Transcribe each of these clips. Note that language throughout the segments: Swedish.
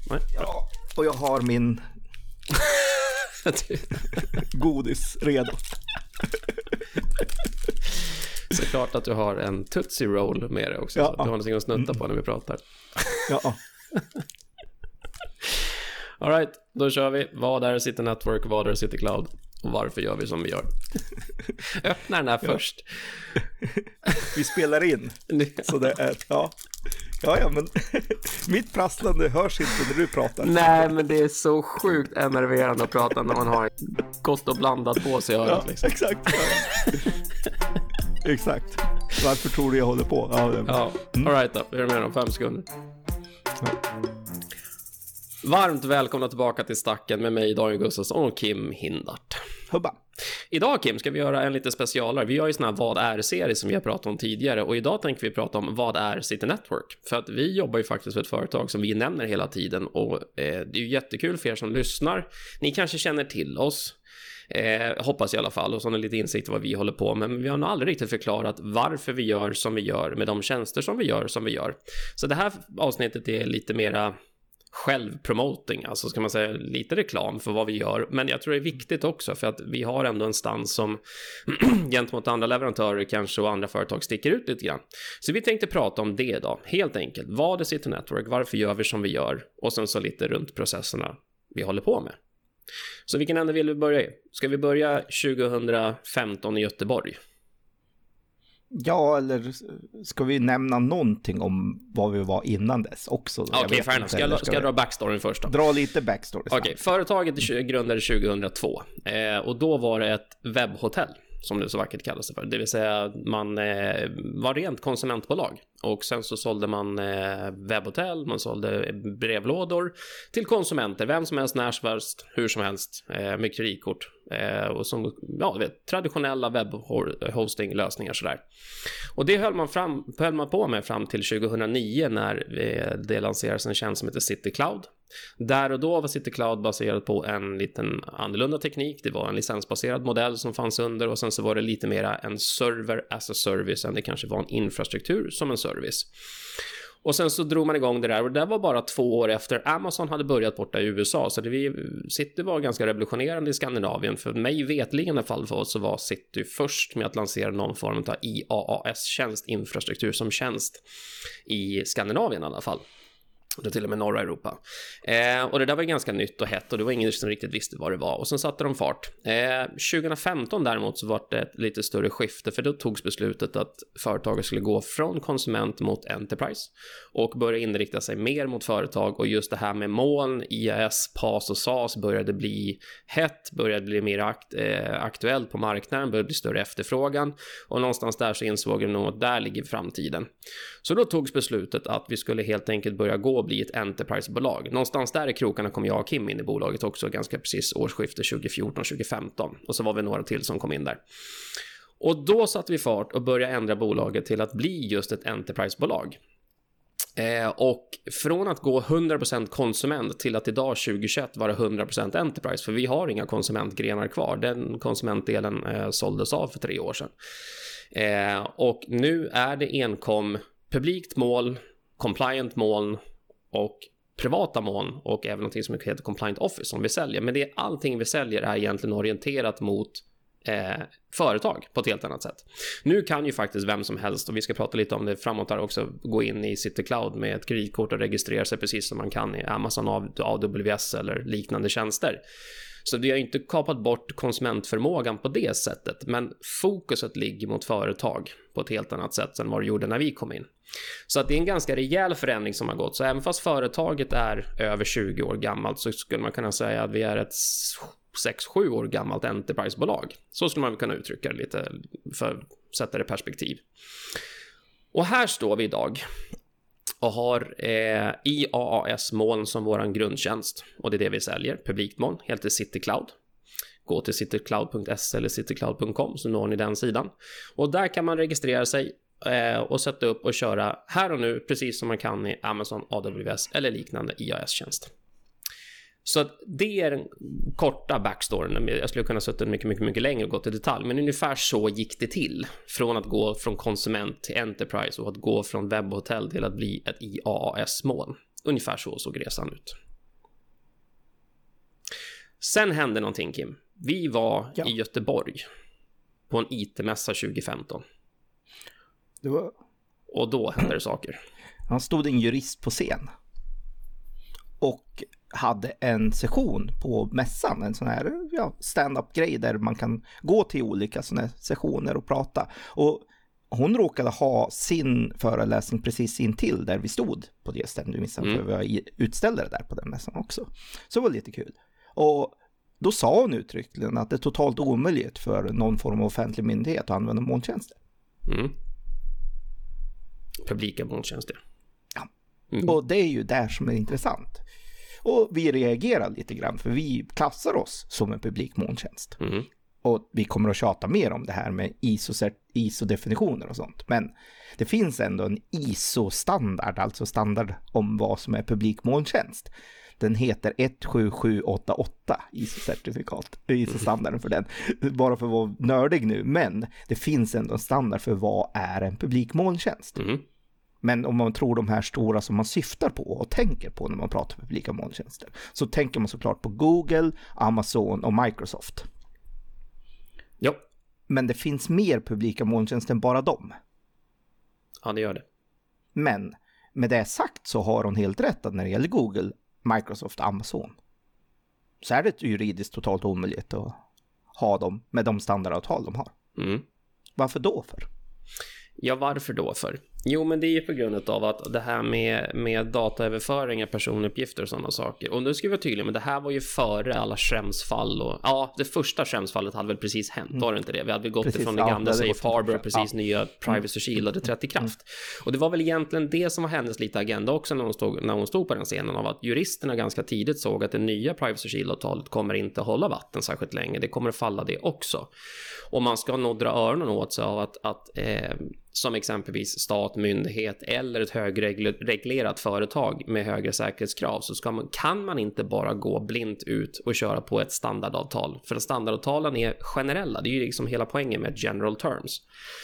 Nej. Ja, och jag har min godis redo. Såklart att du har en Tootsie Roll med dig också. Ja. Så att du har någonting att snutta på när vi pratar. Ja. All right, då kör vi. Vad är City Network, vad är City Cloud och varför gör vi som vi gör? Öppna den här först. Vi spelar in. Så det är, ja, men mitt prasslande hörs inte när du pratar. Nej, men det är så sjukt enerverande att prata när man har gott och blandat på sig. Ja, liksom. Exakt. Ja. Exakt. Varför tror du jag håller på? Ja, all right då. Vi är med om 5 sekunder. Varmt välkomna tillbaka till Stacken med mig, Daniel Gustafsson och Kim Hindart. Hubba. Idag, Kim, ska vi göra en lite specialare. Vi har ju sån här vad är-serie som vi har pratat om tidigare. Och idag tänker vi prata om vad är City Network. För att vi jobbar ju faktiskt för ett företag som vi nämner hela tiden. Och det är ju jättekul för er som lyssnar. Ni kanske känner till oss. Hoppas i alla fall, och så har ni lite insikt i vad vi håller på med, men vi har nog aldrig riktigt förklarat varför vi gör som vi gör med de tjänster som vi gör. Så det här avsnittet är lite mera självpromoting, alltså ska man säga lite reklam för vad vi gör, men jag tror det är viktigt också för att vi har ändå en stans som gentemot andra leverantörer kanske och andra företag sticker ut lite grann. Så vi tänkte prata om det då, helt enkelt. Vad är City Network, varför gör vi som vi gör och sen så lite runt processerna vi håller på med. Så vilken ände vill vi börja i? Ska vi börja 2015 i Göteborg? Ja, eller ska vi nämna någonting om vad vi var innan dess också? Okej, fair enough. Ska jag dra backstoryn först då? Dra lite backstory. Okej, företaget grundades 2002 och då var det ett webbhotell som det så vackert kallas det för. Det vill säga man var rent konsumentbolag och sen så sålde man webbhotell, man sålde brevlådor till konsumenter, vem som helst, när som helst, hur som helst, med kreditkort och som, ja, vet, traditionella webbhostinglösningar sådär. Och det höll man på med fram till 2009 när det lanserades en tjänst som heter City Cloud. Där och då var City Cloud baserad på en liten annorlunda teknik. Det var en licensbaserad modell som fanns under och sen så var det lite mera en server as a service än det kanske var en infrastruktur som en service. Och sen så drog man igång det där och det var bara 2 år efter Amazon hade börjat borta i USA, så City var ganska revolutionerande i Skandinavien. För mig vetligen i alla fall för oss så var City först med att lansera någon form av IaaS-tjänst, infrastruktur som tjänst i Skandinavien i alla fall. Det till och med norra Europa. Och det där var ganska nytt och hett och det var ingen som riktigt visste vad det var. Och sen satte de fart. 2015 däremot så var det ett lite större skifte, för då togs beslutet att företaget skulle gå från konsument mot enterprise och börja inrikta sig mer mot företag. Och just det här med moln, IaaS, PaaS och SaaS började bli hett, började bli mer aktuellt på marknaden, började bli större efterfrågan. Och någonstans där så insåg de nog att där ligger framtiden. Så då togs beslutet att vi skulle helt enkelt börja gå och bli ett enterprise-bolag. Någonstans där i krokarna kom jag och Kim in i bolaget också, ganska precis årsskiftet 2014-2015. Och så var vi några till som kom in där. Och då satte vi fart och började ändra bolaget till att bli just ett enterprise-bolag. Och från att gå 100% konsument till att idag 2021 vara 100% enterprise, för vi har inga konsumentgrenar kvar. Den konsumentdelen såldes av för 3 år sedan. Och nu är det enkom publikt moln, compliant moln och privata moln och även något som heter compliant office som vi säljer. Men allting vi säljer är egentligen orienterat mot företag på ett helt annat sätt. Nu kan ju faktiskt vem som helst, och vi ska prata lite om det framåt här också, gå in i City Cloud med ett kreditkort och registrera sig precis som man kan i Amazon, AWS eller liknande tjänster. Så vi har inte kapat bort konsumentförmågan på det sättet, men fokuset ligger mot företag på ett helt annat sätt än vad det gjorde när vi kom in. Så att det är en ganska rejäl förändring som har gått. Så även fast företaget är över 20 år gammalt så skulle man kunna säga att vi är ett 6-7 år gammalt enterprisebolag. Så skulle man kunna uttrycka det lite för att sätta det i perspektiv. Och här står vi idag och har IaaS-moln som våran grundtjänst. Och det är det vi säljer, publikmoln, helt till City Cloud. Gå till citycloud.se eller citycloud.com så når ni den sidan. Och där kan man registrera sig och sätta upp och köra här och nu precis som man kan i Amazon, AWS eller liknande IaaS-tjänst. Så att det är den korta backstoryn. Jag skulle kunna sätta mycket längre och gå till detalj, men ungefär så gick det till. Från att gå från konsument till enterprise och att gå från webbhotell till att bli ett IaaS-moln. Ungefär så såg resan ut. Sen hände någonting, Kim. Vi var i Göteborg på en IT-mässa 2015. Och då hände det saker. Han stod en jurist på scen och hade en session på mässan, en sån här stand-up-grej där man kan gå till olika såna här sessioner och prata. Och hon råkade ha sin föreläsning precis intill där vi stod på det stället, för vi var utställare där på den mässan också. Så det var lite kul. Och då sa hon uttryckligen att det är totalt omöjligt för någon form av offentlig myndighet att använda molntjänster. Publika molntjänster. Ja. Och det är ju där som är intressant. Och vi reagerar lite grann, för vi klassar oss som en publik molntjänst. Och vi kommer att tjata mer om det här med ISO-definitioner och sånt. Men det finns ändå en ISO-standard, alltså standard om vad som är publik molntjänst. Den heter 17788 ISO-certifikat, ISO-standarden för den. Bara för att vara nördig nu, men det finns ändå en standard för vad är en publik molntjänst. Men om man tror de här stora som man syftar på och tänker på när man pratar om publika molntjänster, så tänker man såklart på Google, Amazon och Microsoft. Ja. Men det finns mer publika molntjänster än bara dem. Ja, det gör det. Men med det sagt så har hon helt rätt att när det gäller Google, Microsoft och Amazon så är det juridiskt totalt omöjligt att ha dem med de standardavtal de har. Varför då för? Ja, varför då för? Jo, men det är ju på grund av att det här med dataöverföring av personuppgifter och sådana saker. Och nu ska vi vara tydliga, men det här var ju före alla Schrems-fall. Och, ja, det första Schrems-fallet hade väl precis hänt, var det inte det? Vi hade gått ifrån det gamla Safe Harbor, precis nya Privacy Shield hade trätt i kraft. Och det var väl egentligen det som var hennes lite agenda också när hon stod på den scenen, av att juristerna ganska tidigt såg att det nya Privacy Shield-avtalet kommer inte hålla vatten särskilt länge. Det kommer att falla det också. Och man ska nog dra öronen åt sig av att som exempelvis stat, myndighet eller ett högreglerat företag med högre säkerhetskrav, så kan man inte bara gå blint ut och köra på ett standardavtal. För standardavtalen är generella. Det är ju liksom hela poängen med general terms.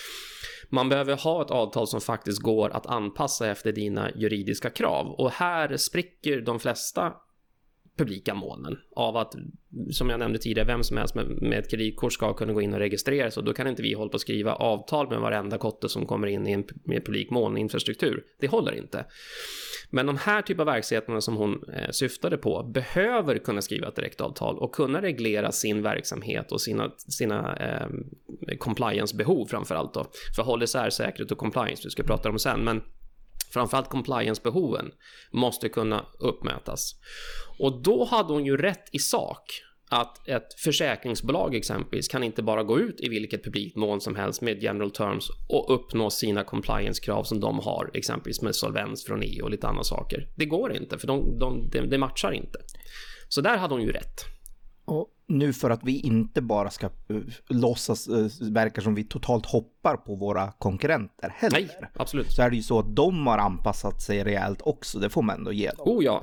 Man behöver ha ett avtal som faktiskt går att anpassa efter dina juridiska krav. Och här spricker de flesta publika molnen av att, som jag nämnde tidigare, vem som helst med ett kreditkort ska kunna gå in och registrera sig. Då kan inte vi hålla på att skriva avtal med varenda kotte som kommer in i en publik molninfrastruktur. Det håller inte. Men de här typer av verksamheterna som hon syftade på behöver kunna skriva ett direktavtal och kunna reglera sin verksamhet och sina compliance-behov framförallt då. För håll isär säkerhet och compliance, vi ska prata om sen, men framförallt compliance-behoven måste kunna uppmätas. Och då hade hon ju rätt i sak att ett försäkringsbolag exempelvis kan inte bara gå ut i vilket publikt moln som helst med general terms och uppnå sina compliance-krav som de har, exempelvis med solvens från EU och lite andra saker. Det går inte, för det matchar inte. Så där hade hon ju rätt. Och nu för att vi inte bara ska låtsas verkar som vi totalt hoppar på våra konkurrenter heller. Nej, absolut. Så är det ju så att de har anpassat sig rejält också, det får man ändå ge dem. Oh ja.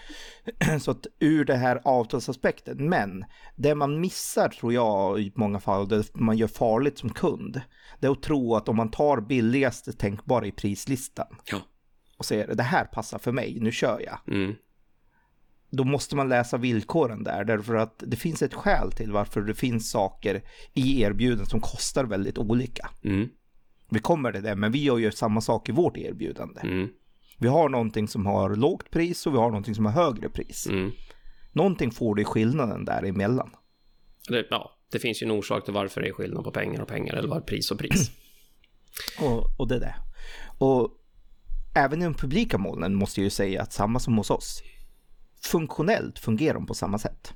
Så att ur det här avtalsaspekten, men det man missar tror jag i många fall, det man gör farligt som kund, det är att tro att om man tar billigaste tänkbara i prislistan och säger det här passar för mig, nu kör jag. Då måste man läsa villkoren där, därför att det finns ett skäl till varför det finns saker i erbjudanden som kostar väldigt olika. Vi kommer till det, men vi gör ju samma sak i vårt erbjudande. Vi har någonting som har lågt pris och vi har någonting som har högre pris. Någonting får det i skillnaden däremellan. Det finns ju en orsak till varför det är skillnad på pengar och pengar, eller var pris och pris. Och det är det. Och även i de publika molnen måste jag ju säga att samma som hos oss. Funktionellt fungerar de på samma sätt.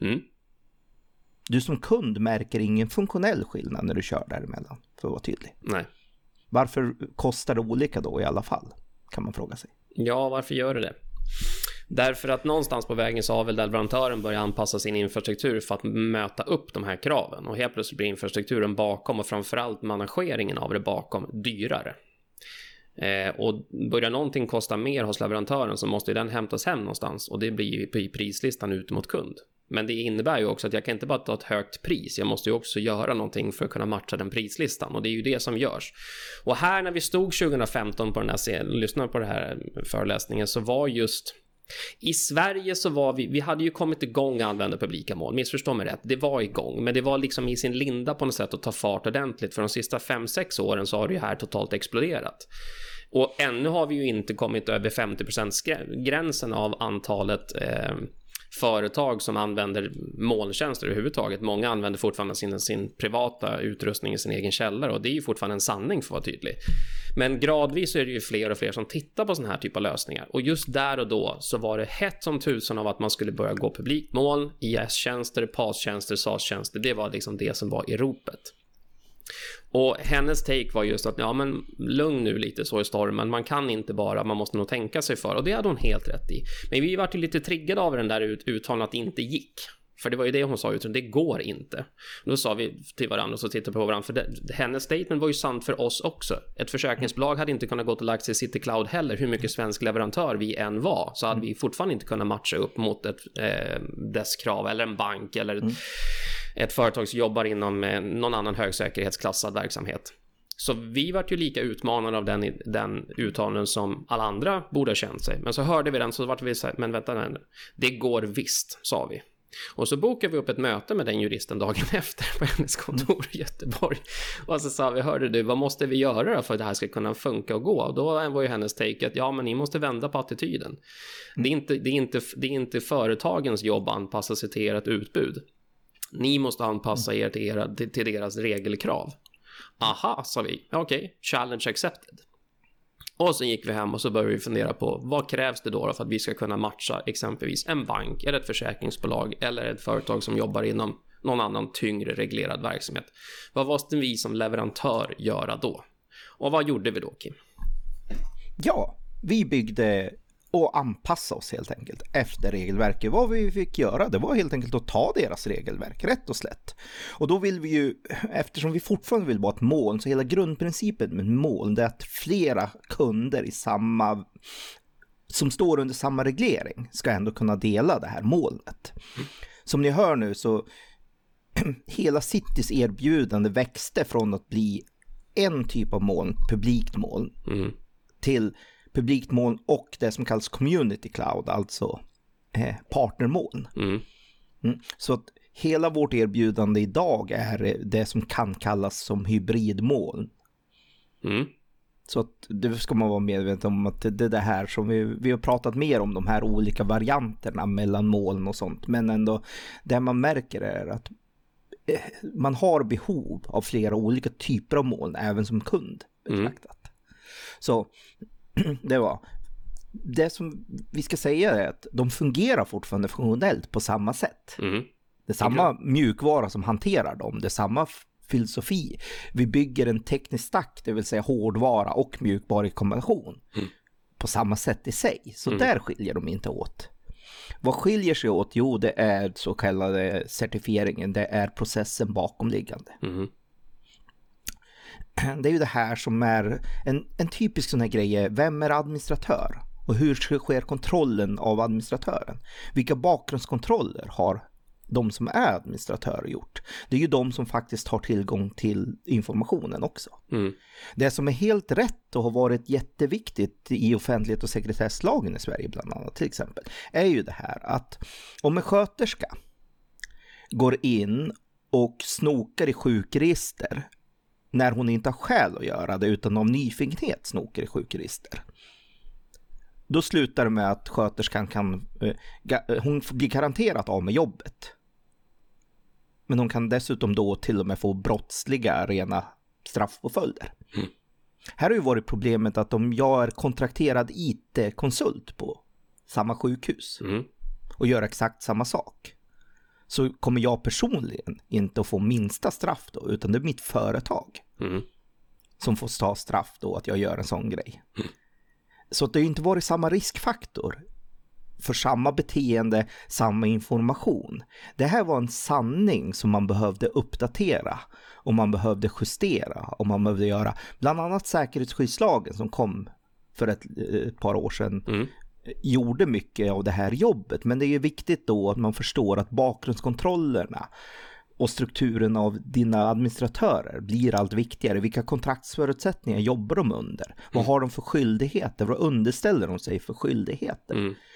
Du som kund märker ingen funktionell skillnad när du kör däremellan, för att vara tydlig. Nej. Varför kostar det olika då i alla fall, kan man fråga sig. Ja, varför gör det? Därför att någonstans på vägen så har väl leverantören börjat anpassa sin infrastruktur för att möta upp de här kraven. Och helt plötsligt blir infrastrukturen bakom och framförallt manageringen av det bakom dyrare. Och börjar någonting kosta mer hos leverantören så måste den hämtas hem någonstans, och det blir ju på prislistan ut mot kund. Men det innebär ju också att jag kan inte bara ta ett högt pris, jag måste ju också göra någonting för att kunna matcha den prislistan, och det är ju det som görs. Och här när vi stod 2015 på den här scenen och lyssnade på den här föreläsningen, så var just I Sverige så var vi hade ju kommit igång att använda publika mål, missförstå mig rätt, det var igång, men det var liksom i sin linda på något sätt att ta fart ordentligt, för de sista 5-6 åren så har det ju här totalt exploderat. Och ännu har vi ju inte kommit över 50%-gränsen av antalet företag som använder molntjänster överhuvudtaget. Många använder fortfarande sin privata utrustning i sin egen källare, och det är ju fortfarande en sanning, för att vara tydlig. Men gradvis är det ju fler och fler som tittar på såna här typer av lösningar. Och just där och då så var det hett som tusen av att man skulle börja gå publikmoln, IS-tjänster, PaaS-tjänster, SaaS-tjänster. Det var liksom det som var i ropet. Och hennes take var just att ja, men lugn nu lite så i stormen, man kan inte bara, man måste nog tänka sig för, och det hade hon helt rätt i. Men vi var ju lite triggade av den där uttalandet att det inte gick, för det var ju det hon sa, det går inte. Och då sa vi till varandra och så tittade på varandra, för hennes statement var ju sant för oss också. Ett försäkringsbolag hade inte kunnat gå och lagt sig i City Cloud heller, hur mycket svensk leverantör vi än var, så hade vi fortfarande inte kunnat matcha upp mot dess krav, eller en bank eller ett företag som jobbar inom någon annan högsäkerhetsklassad verksamhet. Så vi var ju lika utmanade av den uttalanden som alla andra borde ha känt sig. Men så hörde vi den, så vart vi så här, men vänta nu, det går visst, sa vi. Och så bokade vi upp ett möte med den juristen dagen efter på hennes kontor i Göteborg. Och så sa vi, hörde du, vad måste vi göra då för att det här ska kunna funka och gå? Och då var ju hennes take att ja, men ni måste vända på attityden. Det är inte företagens jobb att anpassa sig till ert utbud. Ni måste anpassa er till deras regelkrav. Aha, sa vi. Okej, challenge accepted. Och så gick vi hem och så började vi fundera på vad krävs det då för att vi ska kunna matcha exempelvis en bank eller ett försäkringsbolag eller ett företag som jobbar inom någon annan tyngre reglerad verksamhet. Vad måste vi som leverantör göra då? Och vad gjorde vi då, Kim? Ja, vi byggde och anpassa oss helt enkelt efter regelverket. Vad vi fick göra, det var helt enkelt att ta deras regelverk, rätt och slätt. Och då vill vi ju, eftersom vi fortfarande vill vara ett moln, så hela grundprincipen med moln är att flera kunder som står under samma reglering ska ändå kunna dela det här molnet. Som ni hör nu så hela Citys erbjudande växte från att bli en typ av moln, publikt moln, till publikt moln och det som kallas community cloud, alltså partnermoln. Så att hela vårt erbjudande idag är det som kan kallas som hybridmoln. Så att det ska man vara medveten om, att det är det här som vi har pratat mer om, de här olika varianterna mellan moln och sånt, men ändå det man märker är att man har behov av flera olika typer av moln även som kund betraktat. Så det som vi ska säga är att de fungerar fortfarande funktionellt på samma sätt. Det är samma mjukvara som hanterar dem, det är samma filosofi. Vi bygger en teknisk stack, det vill säga hårdvara och mjukvara i kombination på samma sätt i sig. Så där skiljer de inte åt. Vad skiljer sig åt? Jo, det är så kallade certifieringen, det är processen bakomliggande. Det är ju det här som är en typisk sån här grej. Vem är administratör? Och hur sker kontrollen av administratören? Vilka bakgrundskontroller har de som är administratörer gjort? Det är ju de som faktiskt har tillgång till informationen också. Det som är helt rätt och har varit jätteviktigt i offentlighet- och sekretesslagen i Sverige bland annat till exempel, är ju det här att om en sköterska går in och snokar i sjukregister när hon inte har skäl att göra det utan av nyfikenhet snokar i sjukregister, då slutar det med att sköterskan hon blir garanterat av med jobbet. Men hon kan dessutom då till och med få brottsliga rena straffpåföljder. Här har ju varit problemet att om jag är kontrakterad IT-konsult på samma sjukhus och gör exakt samma sak, så kommer jag personligen inte att få minsta straff då, utan det är mitt företag som får ta straff då att jag gör en sån grej. Så det har ju inte varit samma riskfaktor för samma beteende, samma information. Det här var en sanning som man behövde uppdatera och man behövde justera och man behövde göra. Bland annat säkerhetsskyddslagen som kom för ett par år sedan gjorde mycket av det här jobbet. Men det är ju viktigt då att man förstår att bakgrundskontrollerna och strukturen av dina administratörer blir allt viktigare. Vilka kontraktsförutsättningar jobbar de under? Vad har de för skyldigheter? Vad underställer de sig för skyldigheter?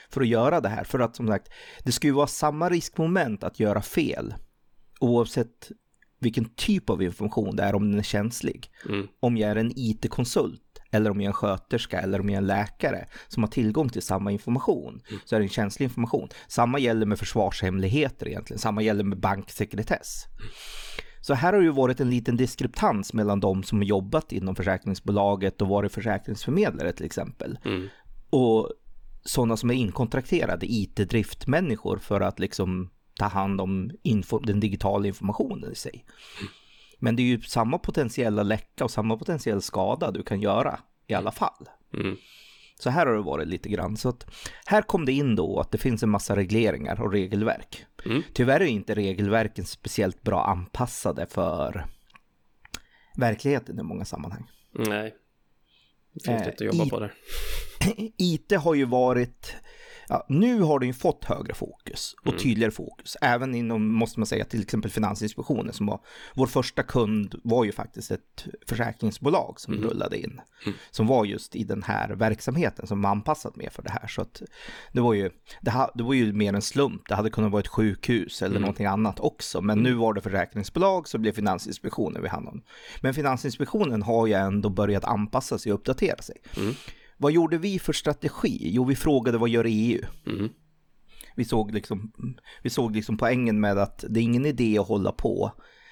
för att göra det här. För att som sagt, det ska ju vara samma riskmoment att göra fel oavsett vilken typ av information det är, om den är känslig. Om jag är en IT-konsult eller om jag är en sköterska eller om jag är en läkare som har tillgång till samma information, så är det en känslig information. Samma gäller med försvarshemligheter egentligen. Samma gäller med banksekretess. Så här har det ju varit en liten diskrepans mellan de som har jobbat inom försäkringsbolaget och varit försäkringsförmedlare till exempel. Och sådana som är inkontrakterade IT-driftmänniskor för att liksom ta hand om den digitala informationen i sig. Men det är ju samma potentiella läcka och samma potentiell skada du kan göra i alla fall. Så här har det varit lite grann. Så att här kom det in då att det finns en massa regleringar och regelverk. Tyvärr är inte regelverken speciellt bra anpassade för verkligheten i många sammanhang. Nej, det finns lite att jobba på där. IT har ju varit... Ja, nu har det ju fått högre fokus och tydligare fokus. Även inom, måste man säga, till exempel Finansinspektionen som var vår första kund, var ju faktiskt ett försäkringsbolag som rullade in. Som var just i den här verksamheten som var anpassat med för det här. Så att det var ju mer en slump. Det hade kunnat vara ett sjukhus eller någonting annat också. Men nu var det försäkringsbolag, så blev Finansinspektionen vid hand om. Men Finansinspektionen har ju ändå börjat anpassa sig och uppdatera sig. Vad gjorde vi för strategi? Jo, vi frågade vad gör EU? Vi såg liksom poängen med att det är ingen idé att hålla på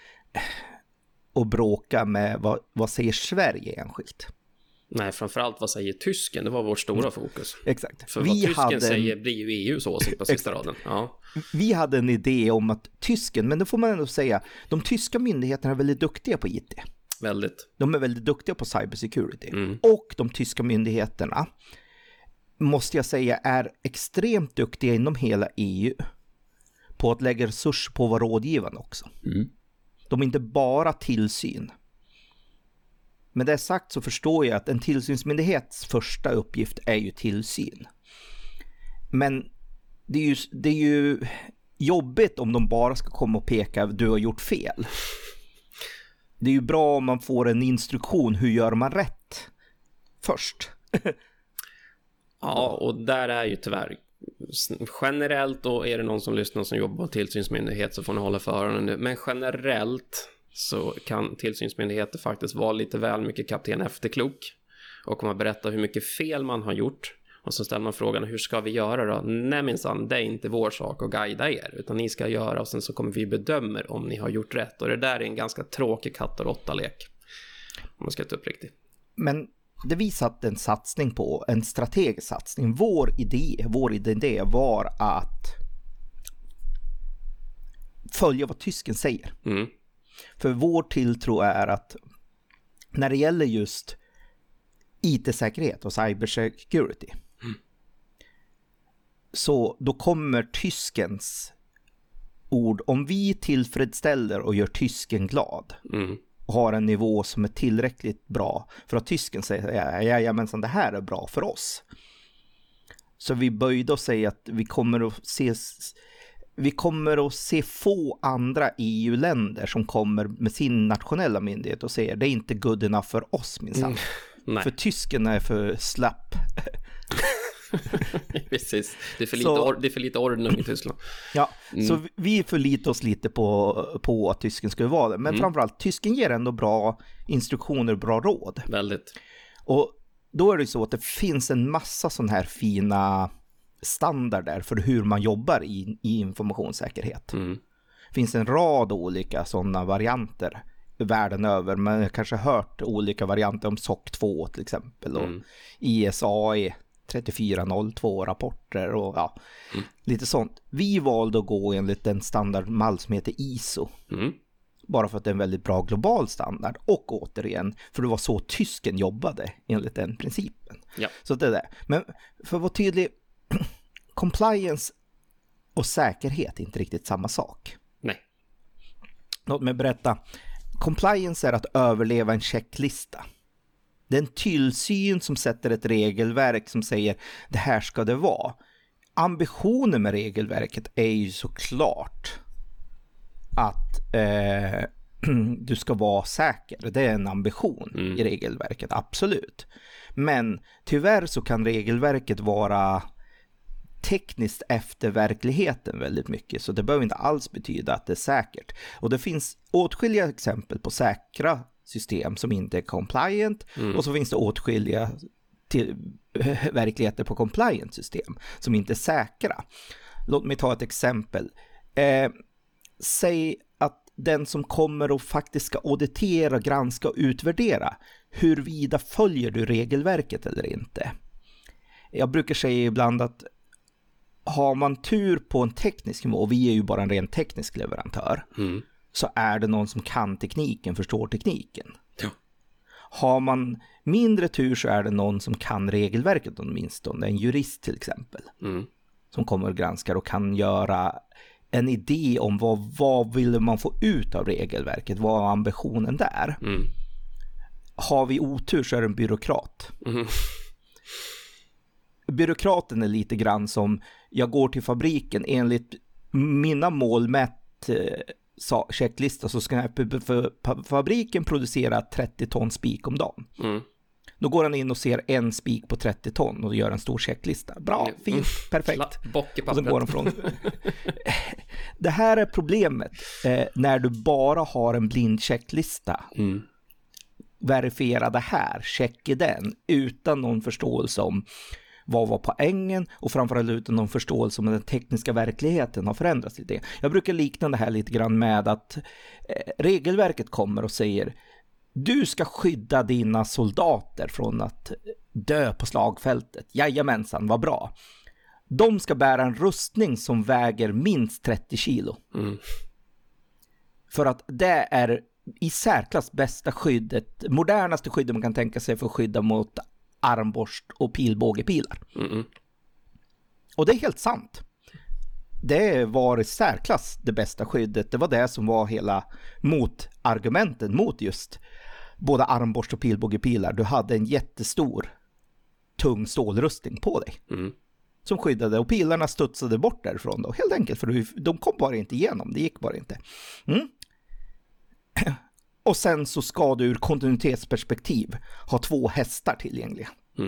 och bråka med vad säger Sverige enskilt. Nej, framförallt vad säger tysken? Det var vårt stora fokus. Exakt. För vad tysken säger blir ju EUs åsikt på sista raden. Ja. Vi hade en idé om att tysken, men det får man ändå säga, de tyska myndigheterna är väldigt duktiga på IT. Väldigt. De är väldigt duktiga på cybersecurity. Och de tyska myndigheterna, måste jag säga, är extremt duktiga inom hela EU på att lägga resurser på att vara rådgivande också. De är inte bara tillsyn. Med det sagt så förstår jag att en tillsynsmyndighets första uppgift är ju tillsyn. Men det är ju jobbigt om de bara ska komma och peka att du har gjort fel. Det är ju bra om man får en instruktion, hur gör man rätt först. Ja, och där är ju tyvärr generellt, då är det någon som lyssnar som jobbar på tillsynsmyndighet så får ni hålla för öronen nu. Men generellt så kan tillsynsmyndigheter faktiskt vara lite väl mycket kapten efterklok och komma berätta hur mycket fel man har gjort. Och så ställer man frågan, hur ska vi göra då? Nej minsann, det är inte vår sak att guida er, utan ni ska göra och sen så kommer vi bedöma om ni har gjort rätt. Och det där är en ganska tråkig katt- och råtta-lek, om man ska ta upp riktigt. Men det vi satt en satsning på, en strategisk satsning. Vår idé var att följa vad tysken säger. För vår tilltro är att när det gäller just IT-säkerhet och cybersecurity, så då kommer tyskens ord, om vi tillfredsställer och gör tysken glad och har en nivå som är tillräckligt bra för att tysken säger jajamensan, det här är bra för oss. Så vi böjde och säga att vi kommer att se få andra EU-länder som kommer med sin nationella myndighet och säger det är inte good enough för oss minsann. För tysken är för slapp. Precis. Det är för lite ordning i Tyskland. Ja, så vi förlitar oss lite på att tysken skulle vara det. Men framförallt, tysken ger ändå bra instruktioner och bra råd. Väldigt. Och då är det så att det finns en massa sån här fina standarder för hur man jobbar i informationssäkerhet. Det finns en rad olika sådana varianter världen över. Man har kanske hört olika varianter om SOC 2 till exempel och ISAE 3402 rapporter och lite sånt. Vi valde att gå enligt en standardmall som heter ISO. Bara för att det är en väldigt bra global standard. Och återigen, för det var så tysken jobbade enligt den principen. Ja. Så det där. Men för att vara tydlig, compliance och säkerhet är inte riktigt samma sak. Nej. Låt mig berätta. Compliance är att överleva en checklista. Det är en tillsyn som sätter ett regelverk som säger det här ska det vara. Ambitionen med regelverket är ju såklart att du ska vara säker. Det är en ambition i regelverket, absolut. Men tyvärr så kan regelverket vara tekniskt efter verkligheten väldigt mycket, så det behöver inte alls betyda att det är säkert. Och det finns åtskilliga exempel på säkra system som inte är compliant, och så finns det åtskilliga verkligheter på compliant system som inte är säkra. Låt mig ta ett exempel. Säg att den som kommer och faktiskt ska auditera, granska och utvärdera huruvida följer du regelverket eller inte. Jag brukar säga ibland att har man tur på en teknisk nivå, och vi är ju bara en ren teknisk leverantör, så är det någon som kan tekniken, förstår tekniken. Ja. Har man mindre tur så är det någon som kan regelverket åtminstone, en jurist till exempel, som kommer och granskar och kan göra en idé om vad vill man få ut av regelverket, vad är ambitionen där. Har vi otur så är det en byråkrat. Byråkraten är lite grann som, jag går till fabriken enligt mina målmätt checklista, så ska fabriken producera 30 ton spik om dagen. Då går han in och ser en spik på 30 ton och gör en stor checklista. Bra, fint, perfekt. Och så går han från. Det här är problemet när du bara har en blind checklista. Verifiera det här, checka den, utan någon förståelse om vad var poängen, och framförallt utan någon förståelse om den tekniska verkligheten har förändrats lite. Jag brukar likna det här lite grann med att regelverket kommer och säger: du ska skydda dina soldater från att dö på slagfältet. Jajamensan, vad bra. De ska bära en rustning som väger minst 30 kilo. För att det är i särklass bästa skyddet, modernaste skyddet man kan tänka sig för att skydda mot armborst och pilbågepilar. Och det är helt sant. Det var i särklass det bästa skyddet. Det var det som var hela motargumenten mot just både armborst och pilbågepilar. Du hade en jättestor tung stålrustning på dig. Som skyddade, och pilarna studsade bort därifrån då. Helt enkelt, för de kom bara inte igenom. Det gick bara inte. Och sen så ska du ur kontinuitetsperspektiv ha 2 hästar tillgängliga.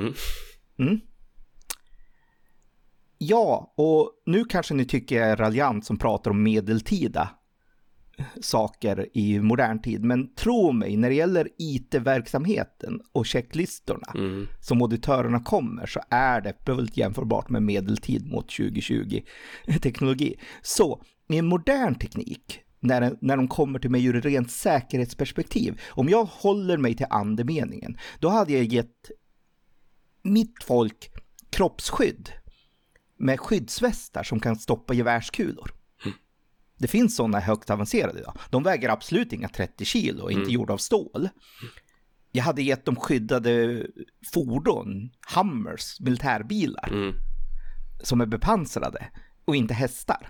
Ja, och nu kanske ni tycker jag är raljant som pratar om medeltida saker i modern tid. Men tro mig, när det gäller IT-verksamheten och checklistorna som auditörerna kommer, så är det fullt jämförbart med medeltid mot 2020-teknologi. Så med modern teknik, när de kommer till mig ur ett rent säkerhetsperspektiv, om jag håller mig till andemeningen, då hade jag gett mitt folk kroppsskydd med skyddsvästar som kan stoppa gevärskulor. Det finns sådana högt avancerade idag. De väger absolut inga 30 kilo, inte gjorda av stål. Jag hade gett dem skyddade fordon, Hummers, militärbilar som är bepansrade och inte hästar.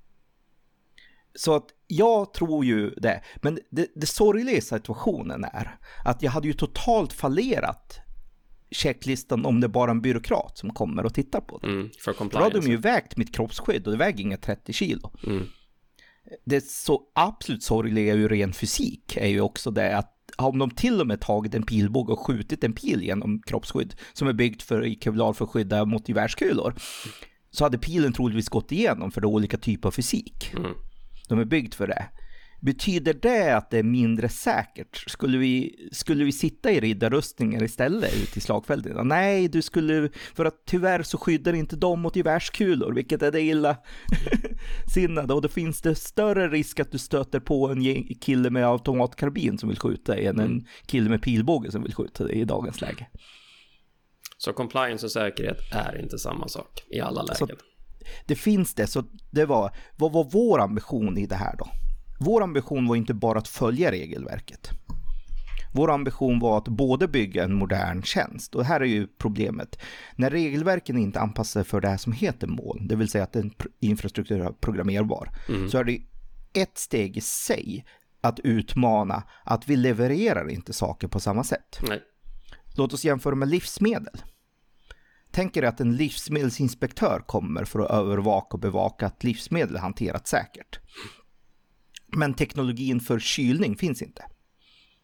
Så att jag tror ju det. Men det sorgliga i situationen är att jag hade ju totalt fallerat checklistan om det är bara en byråkrat som kommer och tittar på det. För då hade de ju vägt mitt kroppsskydd och det väger inga 30 kilo. Det så absolut sorgliga ur ren fysik är ju också det att om de till och med tagit en pilbåge och skjutit en pil genom kroppsskydd som är byggt i kevlar för att skydda mot gevärskulor, så hade pilen troligtvis gått igenom, för det är olika typer av fysik. De är byggt för det. Betyder det att det är mindre säkert? Skulle vi sitta i riddarrustningar istället ute i slagfälten? Nej, för att tyvärr så skyddar inte de mot gevärskulor, vilket är det illa sinnade. Och då finns det större risk att du stöter på en kille med automatkarbin som vill skjuta dig än en kille med pilbåge som vill skjuta dig i dagens läge. Så compliance och säkerhet är inte samma sak i alla lägen. Så det finns det, så vad var vår ambition i det här då? Vår ambition var inte bara att följa regelverket. Vår ambition var att både bygga en modern tjänst, och här är ju problemet. När regelverken inte anpassar för det här som heter mål, det vill säga att en infrastruktur är programmerbar, så är det ett steg i sig att utmana att vi levererar inte saker på samma sätt. Nej. Låt oss jämföra med livsmedel. Tänk er att en livsmedelsinspektör kommer för att övervaka och bevaka att livsmedel hanterats säkert. Men teknologin för kylning finns inte.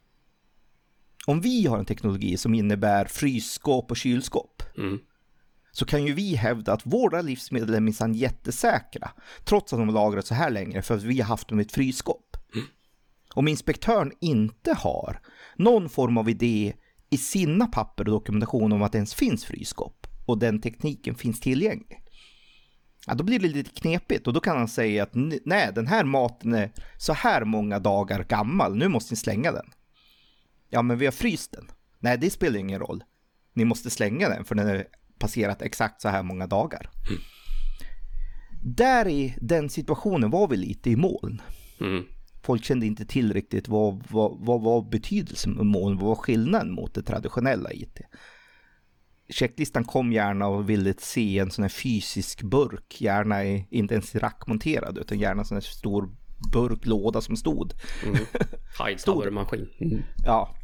Om vi har en teknologi som innebär frysskåp och kylskåp, så kan ju vi hävda att våra livsmedel är minsann jättesäkra, trots att de har lagrat så här länge, för att vi har haft dem i ett frysskåp. Om inspektören inte har någon form av idé i sina papper och dokumentation om att det ens finns frysskåp och den tekniken finns tillgänglig, ja, då blir det lite knepigt, och då kan han säga att nej, den här maten är så här många dagar gammal, nu måste ni slänga den. Ja, men vi har fryst den. Nej, det spelar ingen roll. Ni måste slänga den för den har passerat exakt så här många dagar. Där i den situationen var vi lite i moln. Folk kände inte till riktigt vad var betydelsen med moln, vad var skillnaden mot det traditionella IT. Checklistan kom gärna och ville se en sån här fysisk burk, gärna inte ens rackmonterad, utan gärna en sån här stor burklåda som stod. Hightower-maskin. Ja,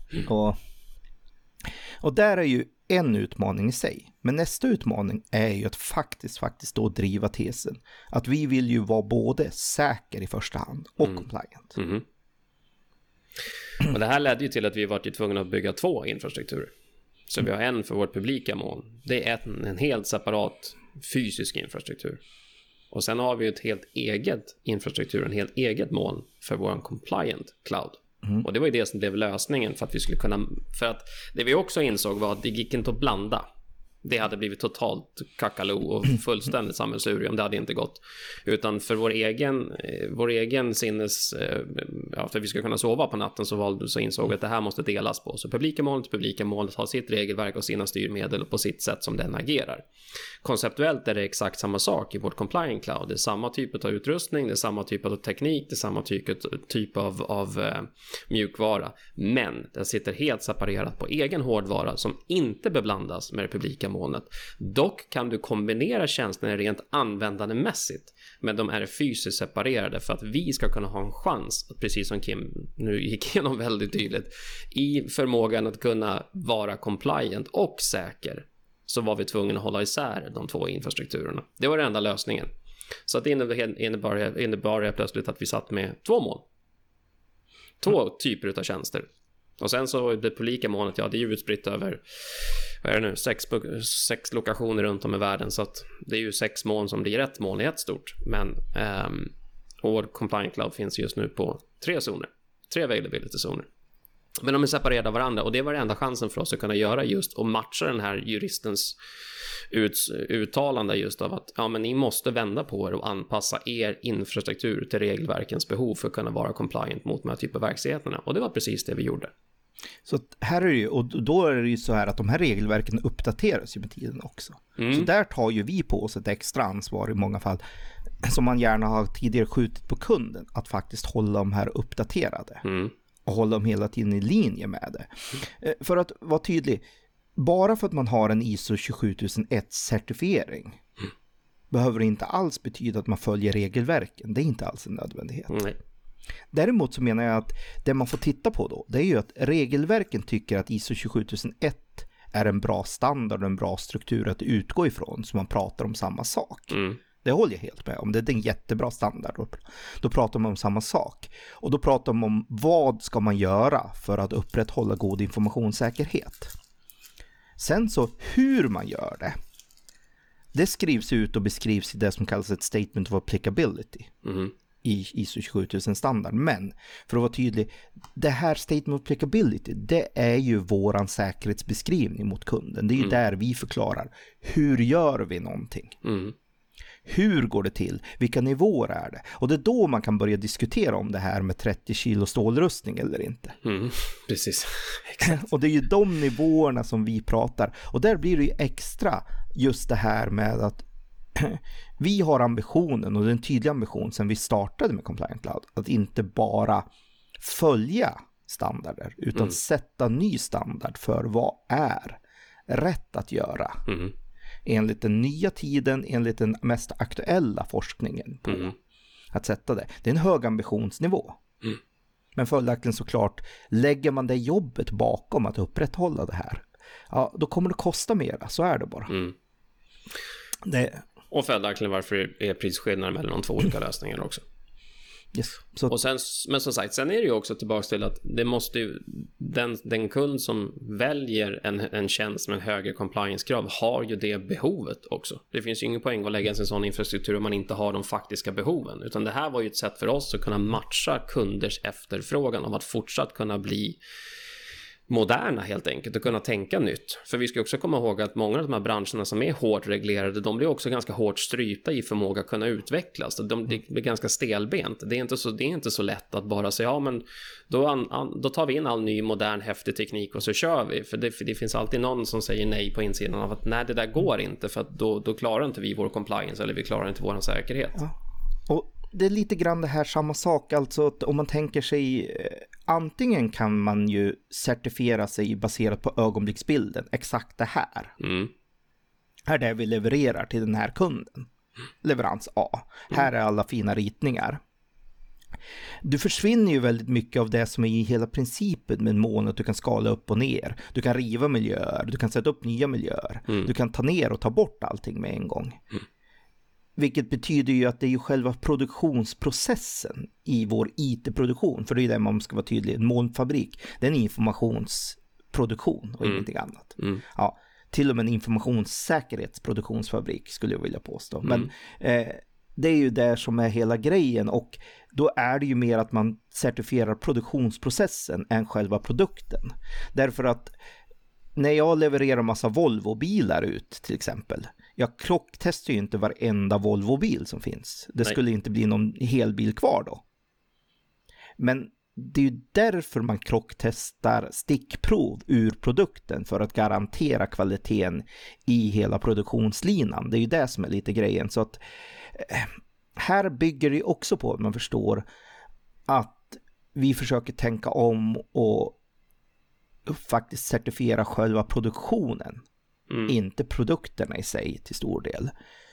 och där är ju en utmaning i sig. Men nästa utmaning är ju att faktiskt då driva tesen att vi vill ju vara både säker i första hand och compliant. Och det här ledde ju till att vi var tvungna att bygga 2 infrastrukturer. Så vi har en för vårt publika moln. Det är en helt separat fysisk infrastruktur. Och sen har vi ett helt eget infrastruktur, en helt eget moln för vår compliant cloud. Och det var ju det som blev lösningen för att vi skulle kunna, för att det vi också insåg var att det gick inte att blanda. Det hade blivit totalt kakaloo och fullständigt sammelsurium. Det hade inte gått. Utan för vår egen sinnes, ja, för att vi ska kunna sova på natten, så insåg vi att det här måste delas på. Så publika molnet har sitt regelverk och sina styrmedel på sitt sätt som den agerar. Konceptuellt är det exakt samma sak i vårt compliant cloud. Det är samma typ av utrustning, det är samma typ av teknik, det är samma typ av mjukvara. Men den sitter helt separerat på egen hårdvara som inte beblandas med det publika molnet. Dock kan du kombinera tjänsterna rent användandemässigt, men de är fysiskt separerade för att vi ska kunna ha en chans att, precis som Kim nu gick igenom väldigt tydligt, i förmågan att kunna vara compliant och säker, så var vi tvungna att hålla isär de 2 infrastrukturerna. Det var den enda lösningen. Så att det innebar plötsligt att vi satt med 2 moln. 2 typer av tjänster. Och sen så det publika molnet, ja, det är ju utspritt över, vad är det nu, 6 lokationer runt om i världen, så att det är ju 6 moln som blir ett moln i ett stort. Men vår compliant cloud finns just nu på 3 zoner, 3 availability-zoner. Men de är separerade av varandra, och det var den enda chansen för oss att kunna göra just och matcha den här juristens uttalande just av att ja, men ni måste vända på er och anpassa er infrastruktur till regelverkens behov för att kunna vara compliant mot de här typen av verksamheterna. Och det var precis det vi gjorde. Så här är det ju, och då är det ju så här att de här regelverken uppdateras ju med tiden också. Så där tar ju vi på oss ett extra ansvar i många fall, som man gärna har tidigare skjutit på kunden, att faktiskt hålla de här uppdaterade. Och hålla dem hela tiden i linje med det. För att vara tydlig, bara för att man har en ISO 27001-certifiering behöver det inte alls betyda att man följer regelverken. Det är inte alls en nödvändighet. Nej. Däremot så menar jag att det man får titta på då, det är ju att regelverken tycker att ISO 27001 är en bra standard och en bra struktur att utgå ifrån, så man pratar om samma sak. Det håller jag helt med om. Det är en jättebra standard. Då pratar man om samma sak. Och då pratar man om vad ska man göra för att upprätthålla god informationssäkerhet. Sen så hur man gör det, det skrivs ut och beskrivs i det som kallas ett statement of applicability i ISO 27000 standard. Men för att vara tydlig, det här statement of applicability, det är ju våran säkerhetsbeskrivning mot kunden. Det är ju där vi förklarar hur gör vi någonting. Hur går det till? Vilka nivåer är det? Och det är då man kan börja diskutera om det här med 30 kilo stålrustning eller inte. Precis. Och det är ju de nivåerna som vi pratar. Och där blir det ju extra just det här med att vi har ambitionen, och det är en tydlig ambition sen vi startade med Compliant Cloud, att inte bara följa standarder utan sätta ny standard för vad är rätt att göra. Enligt den nya tiden, enligt den mest aktuella forskningen på att sätta det. Det är en hög ambitionsnivå. Men följaktligen såklart, lägger man det jobbet bakom att upprätthålla det här, ja, då kommer det kosta mera, så är det bara. Och följaktligen varför är prisskillnaden mellan de 2 olika lösningarna också. Yes. Så... Och sen, men som sagt, sen är det ju också tillbaka till att det måste ju, den kund som väljer en tjänst med en högre compliance-krav har ju det behovet också. Det finns ju ingen poäng att lägga en sån infrastruktur om man inte har de faktiska behoven, utan det här var ju ett sätt för oss att kunna matcha kunders efterfrågan om att fortsatt kunna bli moderna helt enkelt och kunna tänka nytt. För vi ska också komma ihåg att många av de här branscherna som är hårt reglerade, de blir också ganska hårt strypta i förmåga att kunna utvecklas. Det blir ganska stelbent. Det är inte så lätt att bara säga, ja men då tar vi in all ny modern häftig teknik och så kör vi. För det finns alltid någon som säger nej på insidan av att nej, det där går inte, för att då klarar inte vi vår compliance eller vi klarar inte vår säkerhet. Ja. Och det är lite grann det här samma sak, alltså att om man tänker sig, antingen kan man ju certifiera sig baserat på ögonblicksbilden, exakt det här. Här är det vi levererar till den här kunden. Leverans A. Här är alla fina ritningar. Du försvinner ju väldigt mycket av det som är i hela principen med moln, att du kan skala upp och ner. Du kan riva miljöer, du kan sätta upp nya miljöer. Du kan ta ner och ta bort allting med en gång. Vilket betyder ju att det är ju själva produktionsprocessen i vår IT-produktion. För det är ju det man ska vara tydlig. En molnfabrik, det är en informationsproduktion och ingenting annat. Ja, till och med en informationssäkerhetsproduktionsfabrik skulle jag vilja påstå. Men det är ju där som är hela grejen. Och då är det ju mer att man certifierar produktionsprocessen än själva produkten. Därför att när jag levererar massa Volvo-bilar ut till exempel, jag krocktestar ju inte varenda Volvo-bil som finns. Det skulle inte bli någon hel bil kvar då. Men det är ju därför man krocktestar stickprov ur produkten, för att garantera kvaliteten i hela produktionslinan. Det är ju det som är lite grejen. Så att här bygger det också på att man förstår att vi försöker tänka om och faktiskt certifiera själva produktionen. Inte produkterna i sig till stor del.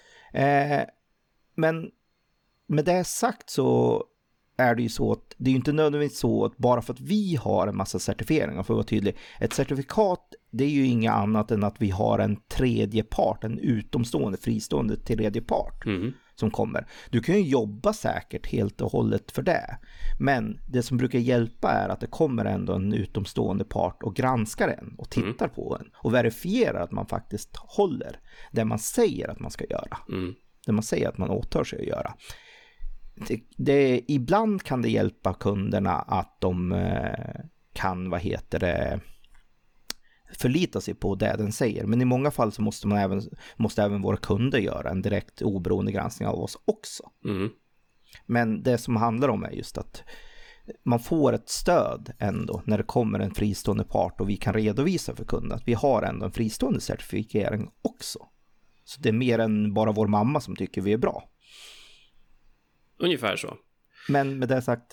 Men med det sagt så är det ju så att det är ju inte nödvändigtvis så att bara för att vi har en massa certifieringar, för att vara tydlig, ett certifikat, det är ju inga annat än att vi har en tredje part, en utomstående, fristående tredje part som kommer. Du kan ju jobba säkert helt och hållet för det, men det som brukar hjälpa är att det kommer ändå en utomstående part och granskar den och tittar på den och verifierar att man faktiskt håller det man säger att man ska göra. Det man säger att man åtar sig att göra. Ibland kan det hjälpa kunderna att de kan, förlita sig på det den säger. Men i många fall så måste även våra kunder göra en direkt oberoende granskning av oss också. Men det som handlar om är just att man får ett stöd ändå när det kommer en fristående part och vi kan redovisa för kunden att vi har ändå en fristående certifiering också. Så det är mer än bara vår mamma som tycker vi är bra. Ungefär så. Men med det sagt,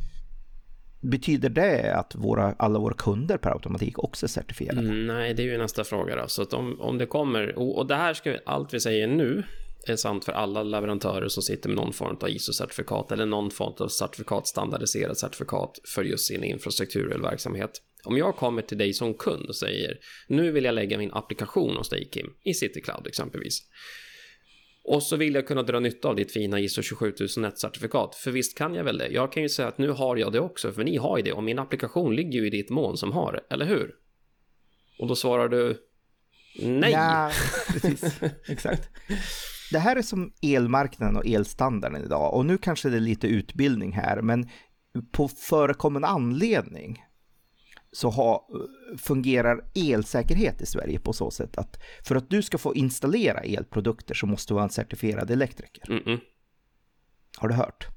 betyder det att alla våra kunder per automatik också är certifierade? Nej, det är ju nästa fråga då. Så att om det kommer, och det här allt vi säger nu är sant för alla leverantörer som sitter med någon form av ISO-certifikat eller någon form av standardiserat certifikat för just sin infrastruktur eller verksamhet. Om jag kommer till dig som kund och säger, nu vill jag lägga min applikation hos dig Kim, i City Cloud exempelvis. Och så vill jag kunna dra nytta av ditt fina ISO 27001-certifikat. För visst kan jag väl det. Jag kan ju säga att nu har jag det också, för ni har ju det. Och min applikation ligger ju i ditt moln som har det, eller hur? Och då svarar du nej. Ja, precis. Exakt. Det här är som elmarknaden och elstandarden idag. Och nu kanske det är lite utbildning här. Men på förekommande anledning så fungerar elsäkerhet i Sverige på så sätt att för att du ska få installera elprodukter så måste du vara en certifierad elektriker. Har du hört?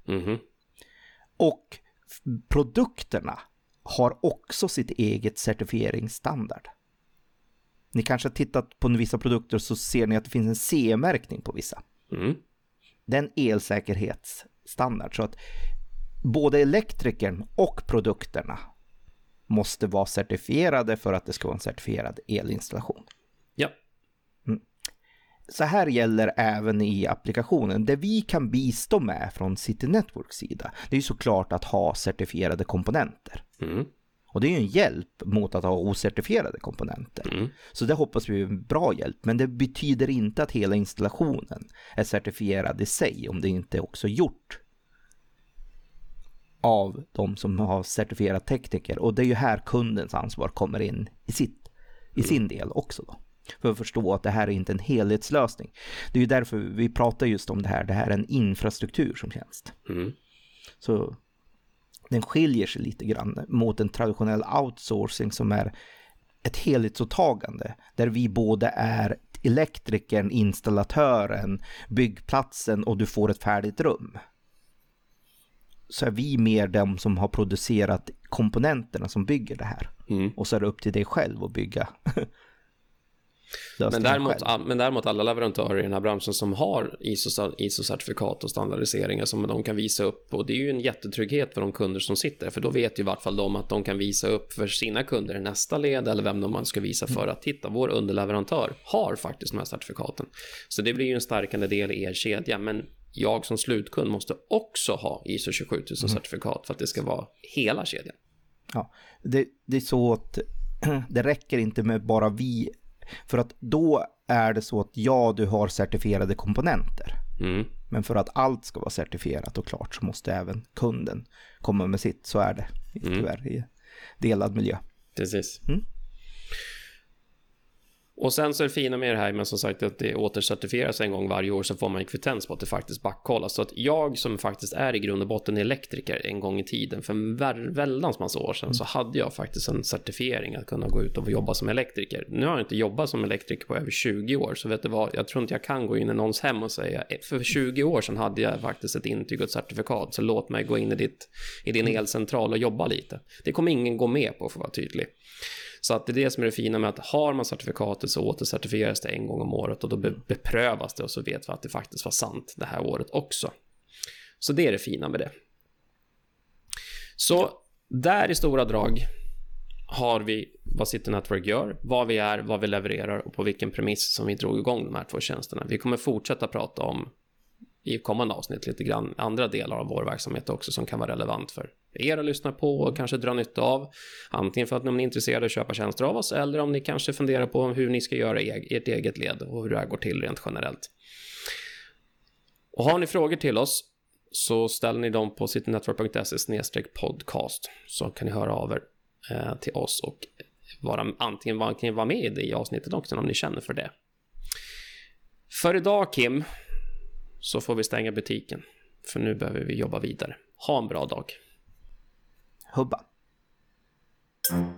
Och produkterna har också sitt eget certifieringsstandard. Ni kanske har tittat på vissa produkter, så ser ni att det finns en CE-märkning på vissa. Det är en elsäkerhetsstandard, så att både elektrikern och produkterna måste vara certifierade för att det ska vara en certifierad elinstallation. Ja. Så här gäller även i applikationen. Det vi kan bistå med från City Networks sida, det är ju såklart att ha certifierade komponenter. Och det är ju en hjälp mot att ha ocertifierade komponenter. Så det hoppas vi är en bra hjälp. Men det betyder inte att hela installationen är certifierad i sig om det inte är också gjort av de som har certifierat tekniker. Och det är ju här kundens ansvar kommer in i sin del också då. För att förstå att det här är inte en helhetslösning. Det är ju därför vi pratar just om det här. Det här är en infrastruktur som tjänst. Så den skiljer sig lite grann mot en traditionell outsourcing som är ett helhetsåtagande. Där vi både är elektrikern, installatören, byggplatsen och du får ett färdigt rum. Så är vi mer de som har producerat komponenterna som bygger det här. Och så är det upp till dig själv att bygga. Men däremot alla leverantörer i den här branschen som har ISO-certifikat och standardiseringar som de kan visa upp, och det är ju en jättetrygghet för de kunder som sitter, för då vet ju i vart fall de att de kan visa upp för sina kunder i nästa led eller vem man ska visa för att titta, vår underleverantör har faktiskt de här certifikaten. Så det blir ju en starkande del i er kedja, men jag som slutkund måste också ha ISO 27000 certifikat för att det ska vara hela kedjan. Ja, det är så att det räcker inte med bara vi. För att då är det så att du har certifierade komponenter. Men för att allt ska vara certifierat och klart så måste även kunden komma med sitt. Så är det tyvärr i delad miljö. Precis. Och sen så är det fina med det här, men som sagt att det återcertifieras en gång varje år, så får man en kvittens på att det faktiskt backkollas. Så att jag som faktiskt är i grund och botten elektriker en gång i tiden, för en väldans massa år sedan, så hade jag faktiskt en certifiering att kunna gå ut och jobba som elektriker. Nu har jag inte jobbat som elektriker på över 20 år, så vet du vad, jag tror inte jag kan gå in i någons hem och säga, för 20 år sedan hade jag faktiskt ett intyg och ett certifikat, så låt mig gå in i din elcentral och jobba lite. Det kommer ingen gå med på, för att vara tydlig. Så att det är det som är det fina med att har man certifikatet så återcertifieras det en gång om året, och då beprövas det, och så vet vi att det faktiskt var sant det här året också. Så det är det fina med det. Så där i stora drag har vi vad City Network gör, vad vi är, vad vi levererar och på vilken premiss som vi drog igång de här två tjänsterna. Vi kommer fortsätta prata om i kommande avsnitt lite grann andra delar av vår verksamhet också som kan vara relevant för er att lyssna på och kanske dra nytta av, antingen för att ni är intresserade av att köpa tjänster av oss, eller om ni kanske funderar på hur ni ska göra ert eget led och hur det här går till rent generellt. Och har ni frågor till oss så ställer ni dem på citynetwork.se/podcast, så kan ni höra av er till oss och antingen vara med i avsnittet också om ni känner för det. För idag, Kim, så får vi stänga butiken, för nu behöver vi jobba vidare. Ha en bra dag. Hubba.